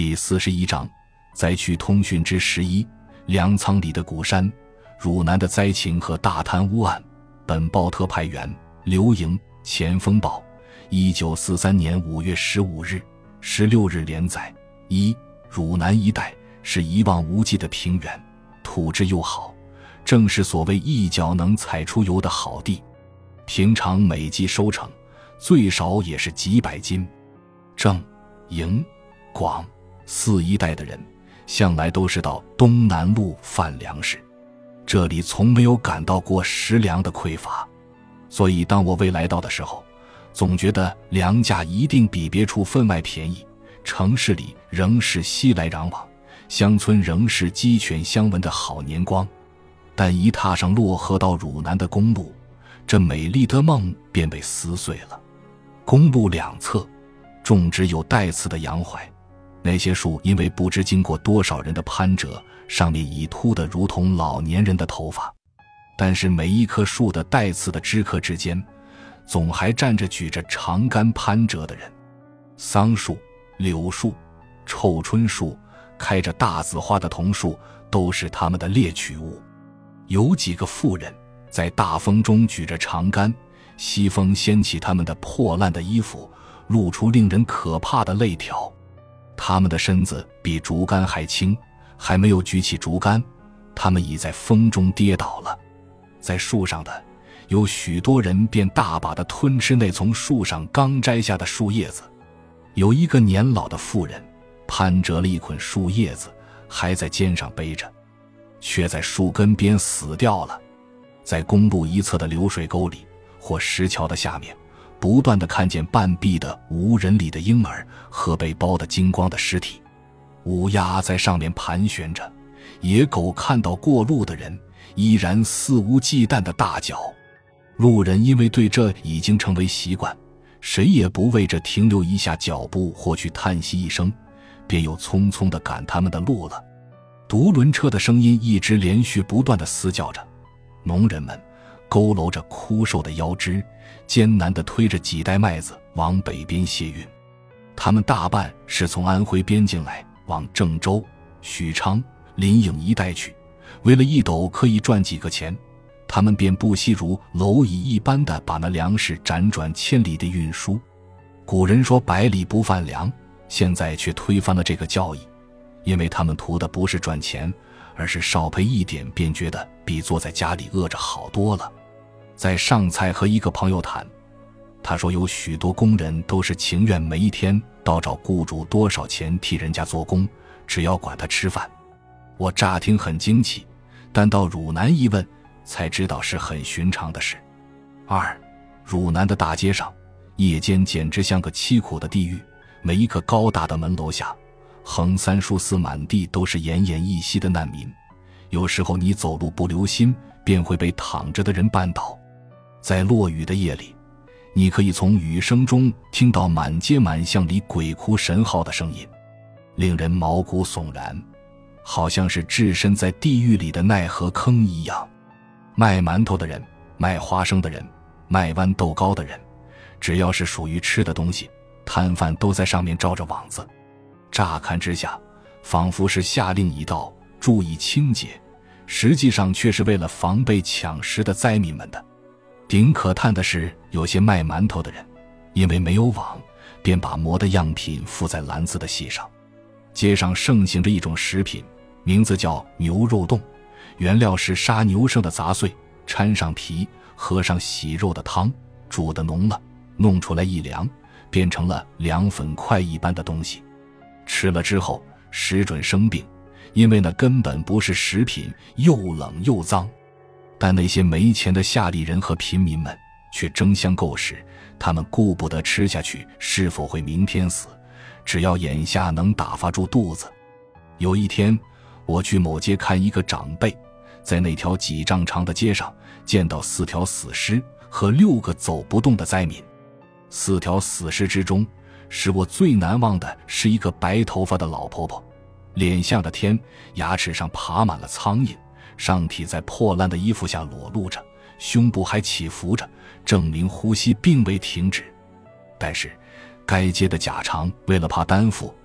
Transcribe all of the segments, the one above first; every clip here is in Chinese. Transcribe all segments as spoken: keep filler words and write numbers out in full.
第四十一章灾区通讯之十一，粮仓里的古山，汝南的灾情和大贪污案。本报特派员刘莹，前锋报，一九四三年五月十五日、十六日连载。一、汝南一带是一望无际的平原，土质又好，正是所谓一脚能踩出油的好地。平常每季收成最少也是几百斤。郑、营、广、四一带的人向来都是到东南路贩粮食，这里从没有感到过食粮的匮乏，所以当我未来到的时候，总觉得粮价一定比别处分外便宜。城市里仍是熙来攘往，乡村仍是鸡犬相闻的好年光，但一踏上洛河到汝南的公路，这美丽的梦便被撕碎了。公路两侧种植有带刺的洋槐，那些树因为不知经过多少人的攀折，上面已秃得如同老年人的头发，但是每一棵树的带刺的枝柯之间，总还站着举着长杆攀折的人。桑树、柳树、臭椿树、开着大紫花的桐树都是他们的猎取物。有几个妇人在大风中举着长杆，西风掀起他们的破烂的衣服，露出令人可怕的肋条。他们的身子比竹竿还轻，还没有举起竹竿，他们已在风中跌倒了。在树上的有许多人便大把地吞吃那从树上刚摘下的树叶子。有一个年老的妇人攀折了一捆树叶子，还在肩上背着，却在树根边死掉了。在公路一侧的流水沟里或石桥的下面，不断地看见半闭的无人理的婴儿和被包得精光的尸体。乌鸦在上面盘旋着，野狗看到过路的人依然肆无忌惮地大叫。路人因为对这已经成为习惯，谁也不为这停留一下脚步或去叹息一声，便又匆匆地赶他们的路了。独轮车的声音一直连续不断地嘶叫着，农人们佝偻着枯瘦的腰肢，艰难地推着几袋麦子往北边卸运。他们大半是从安徽边境来，往郑州、许昌、临颍一带去，为了一斗可以赚几个钱，他们便不惜如蝼蚁一般地把那粮食辗转千里的运输。古人说百里不贩粮，现在却推翻了这个教义，因为他们图的不是赚钱，而是少赔一点便觉得比坐在家里饿着好多了。在上菜和一个朋友谈，他说有许多工人都是情愿每一天到找雇主多少钱替人家做工，只要管他吃饭。我乍听很惊奇，但到汝南一问才知道是很寻常的事。二、汝南的大街上，夜间简直像个凄苦的地狱，每一个高大的门楼下，横三竖四满地都是奄奄一息的难民，有时候你走路不留心，便会被躺着的人绊倒。在落雨的夜里，你可以从雨声中听到满街满巷里鬼哭神号的声音，令人毛骨悚然，好像是置身在地狱里的奈何坑一样。卖馒头的人，卖花生的人，卖豌豆糕的人，只要是属于吃的东西，摊贩都在上面罩着网子。乍看之下，仿佛是下令已到，注意清洁，实际上却是为了防备抢食的灾民们的。顶可叹的是，有些卖馒头的人因为没有网，便把磨的样品附在篮子的细上。街上盛行着一种食品，名字叫牛肉冻，原料是杀牛剩的杂碎，掺上皮，喝上洗肉的汤，煮得浓了，弄出来一凉，变成了凉粉块一般的东西。吃了之后实准生病，因为那根本不是食品，又冷又脏。但那些没钱的下里人和贫民们却争相购食，他们顾不得吃下去是否会明天死，只要眼下能打发住肚子。有一天我去某街看一个长辈，在那条几丈长的街上见到四条死尸和六个走不动的灾民。四条死尸之中，使我最难忘的是一个白头发的老婆婆，脸下的天，牙齿上爬满了苍蝇，上体在破烂的衣服下裸露着，胸部还起伏着，证明呼吸并未停止。但是该街的假肠为了怕担负，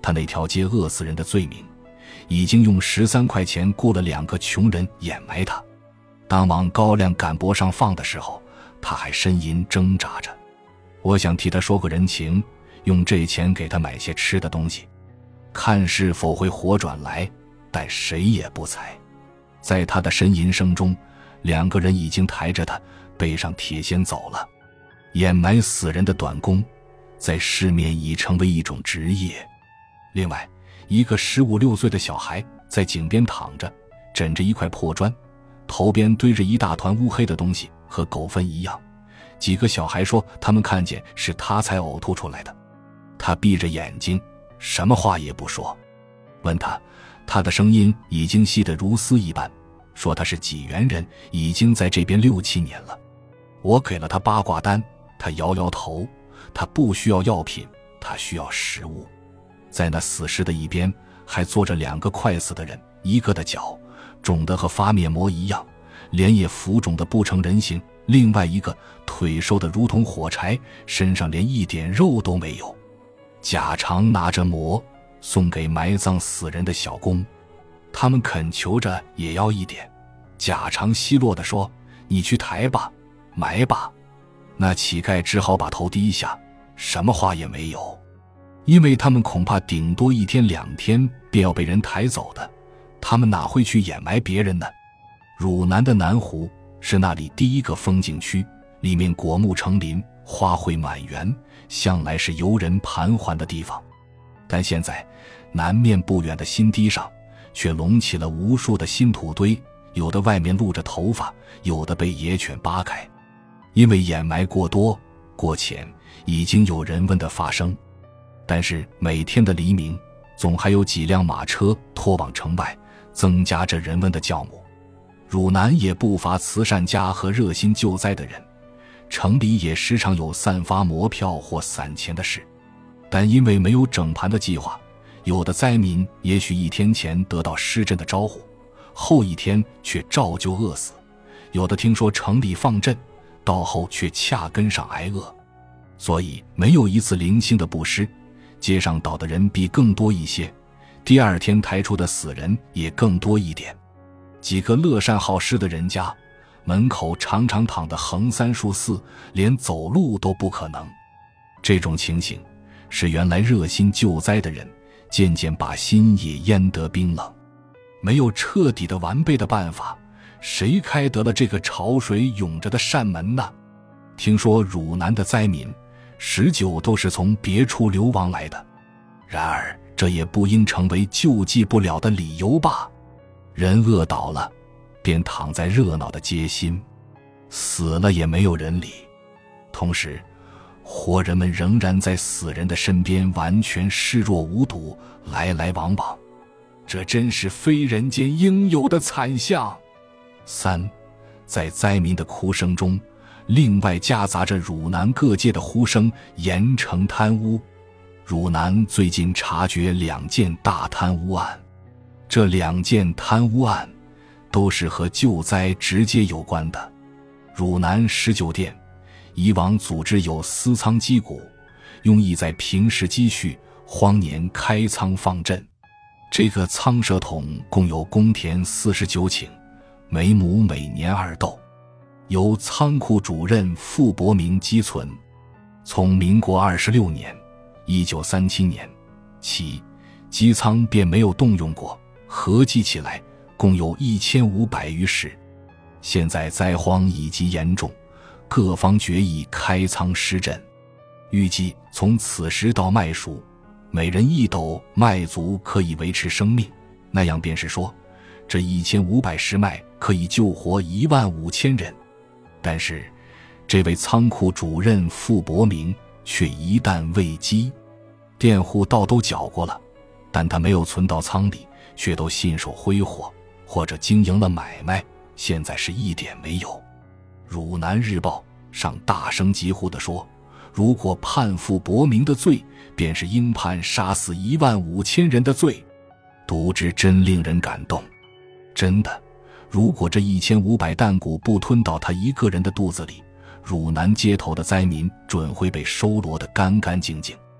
他那条街饿死人的罪名，已经用十三块钱雇了两个穷人掩埋他。当往高粱杆脖上放的时候，他还呻吟挣扎着。我想替他说个人情，用这钱给他买些吃的东西，看是否会活转来，但谁也不睬。在他的呻吟声中，两个人已经抬着他，背上铁锨走了。掩埋死人的短工在市面已成为一种职业。另外，一个十五六岁的小孩在井边躺着，枕着一块破砖，头边堆着一大团乌黑的东西，和狗粪一样。几个小孩说他们看见是他才呕吐出来的。他闭着眼睛，什么话也不说。问他，他的声音已经细得如丝一般，说他是济源人，已经在这边六七年了。我给了他八卦单，他摇摇头，他不需要药品，他需要食物。在那死尸的一边还坐着两个快死的人，一个的脚肿得和发面膜一样，脸也浮肿得不成人形，另外一个腿瘦得如同火柴，身上连一点肉都没有。贾长拿着馍送给埋葬死人的小工，他们恳求着也要一点。贾长奚落地说，你去抬吧，埋吧。那乞丐只好把头低下，什么话也没有，因为他们恐怕顶多一天两天便要被人抬走的，他们哪会去掩埋别人呢？汝南的南湖是那里第一个风景区，里面果木成林，花卉满园，向来是游人盘桓的地方。但现在南面不远的新堤上却隆起了无数的新土堆，有的外面露着头发，有的被野犬扒开。因为掩埋过多过浅，已经有人问的发生。但是每天的黎明，总还有几辆马车拖往城外，增加着人们的教母。汝南也不乏慈善家和热心救灾的人，城里也时常有散发馍票或散钱的事。但因为没有整盘的计划，有的灾民也许一天前得到施赈的招呼，后一天却照旧饿死；有的听说城里放赈，到后却恰跟上挨饿。所以没有一次零星的布施，街上倒的人比更多一些，第二天抬出的死人也更多一点。几个乐善好施的人家，门口常常躺得横三竖四，连走路都不可能。这种情形使原来热心救灾的人渐渐把心也淹得冰冷。没有彻底的完备的办法，谁开得了这个潮水涌着的扇门呢？听说汝南的灾民十九都是从别处流亡来的，然而这也不应成为救济不了的理由吧。人饿倒了，便躺在热闹的街心，死了也没有人理。同时活人们仍然在死人的身边完全视若无睹，来来往往，这真是非人间应有的惨象。三，在灾民的哭声中，另外夹杂着汝南各界的呼声，严惩贪污。汝南最近察觉两件大贪污案，这两件贪污案都是和救灾直接有关的。汝南十九店以往组织有私仓积谷，用意在平时积蓄，荒年开仓放赈。这个仓舍桶共有公田四十九顷，每亩每年二斗，由仓库主任傅伯明积存。从民国二十六年一九三七年起，积仓便没有动用过，合计起来共有一千五百余石。现在灾荒已极严重，各方决议开仓施赈，预计从此时到麦熟，每人一斗麦足可以维持生命，那样便是说，这一千五百石麦可以救活一万五千人。但是这位仓库主任傅伯明却一旦未积，佃户倒都缴过了，但他没有存到仓里，却都信手挥霍，或者经营了买卖，现在是一点没有。汝南日报上大声疾呼地说，如果判傅伯明的罪，便是应判杀死一万五千人的罪。读之真令人感动。真的，如果这一千五百担谷不吞到他一个人的肚子里，汝南街头的灾民准会被收罗得干干净净。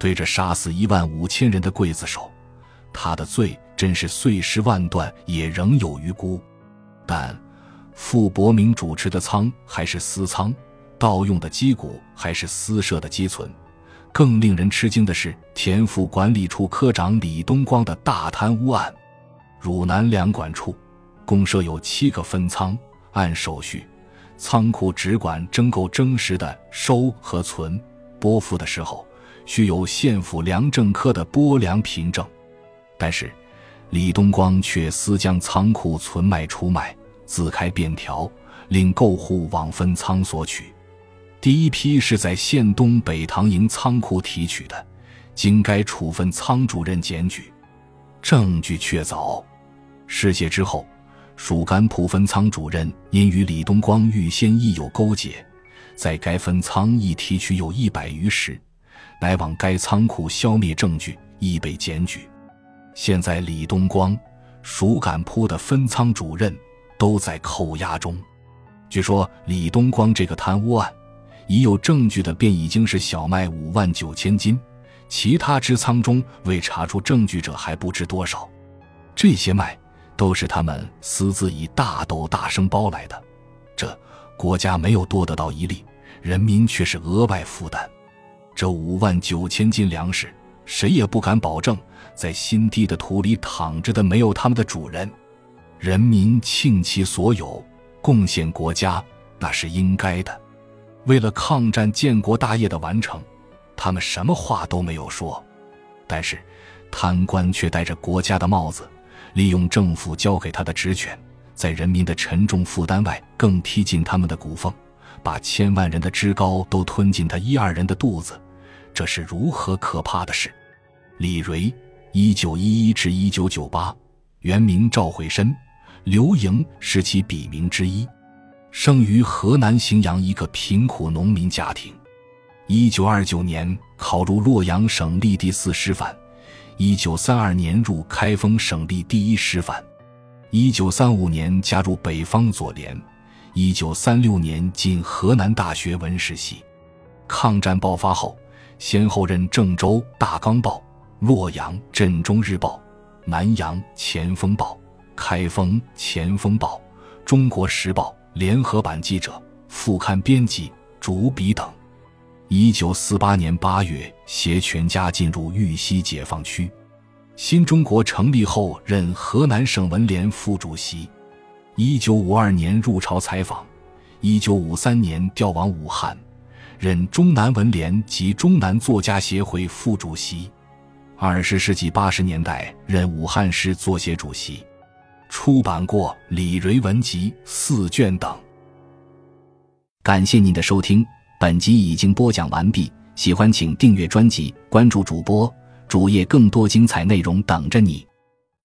对着杀死一万五千人的刽子手，他的罪真是碎尸万段也仍有余辜。但傅伯明主持的仓还是私仓，盗用的击鼓还是私设的击存。更令人吃惊的是田府管理处科长李东光的大贪污案。汝南粮管处共设有七个分仓，按手续，仓库只管征购征实的收和存，拨付的时候须有县府粮政科的拨粮凭证。但是李东光却私将仓库存卖出卖，自开便条，令购户往分仓索取。第一批是在县东北塘营仓库提取的，经该处分仓主任检举，证据确凿。事解之后，属甘铺分仓主任因与李东光预先亦有勾结，在该分仓亦提取有一百余石，乃往该仓库消灭证据，亦被检举。现在李东光、属甘铺的分仓主任都在扣押中。据说李东光这个贪污案已有证据的便已经是小麦五万九千斤，其他支仓中未查出证据者还不知多少。这些麦都是他们私自以大斗大声包来的，这国家没有多得到一粒，人民却是额外负担。这五万九千斤粮食，谁也不敢保证在新地的土里躺着的没有他们的主人。人民倾其所有贡献国家，那是应该的。为了抗战建国大业的完成，他们什么话都没有说，但是贪官却戴着国家的帽子，利用政府交给他的职权，在人民的沉重负担外更踢进他们的骨缝，把千万人的脂膏都吞进他一二人的肚子，这是如何可怕的事。李闱一九一一至一九九八，原名赵惠申，刘莹是其笔名之一，生于河南荥阳一个贫苦农民家庭。一九二九年考入洛阳省立第四师范，一九三二年入开封省立第一师范，一九三五年加入北方左联，一九三六年进河南大学文史系。抗战爆发后，先后任郑州《大纲报》、洛阳《镇中日报》、南阳《前锋报》、开封《前锋报》、中国时报联合版记者、副刊编辑、主笔等。一九四八年八月携全家进入豫西解放区。新中国成立后任河南省文联副主席。一九五二年入朝采访，一九五三年调往武汉，任中南文联及中南作家协会副主席。二十世纪八十年代任武汉市作协主席，出版过《李闱文集》四卷等。感谢您的收听，本集已经播讲完毕，喜欢请订阅专辑，关注主播，主页更多精彩内容等着你。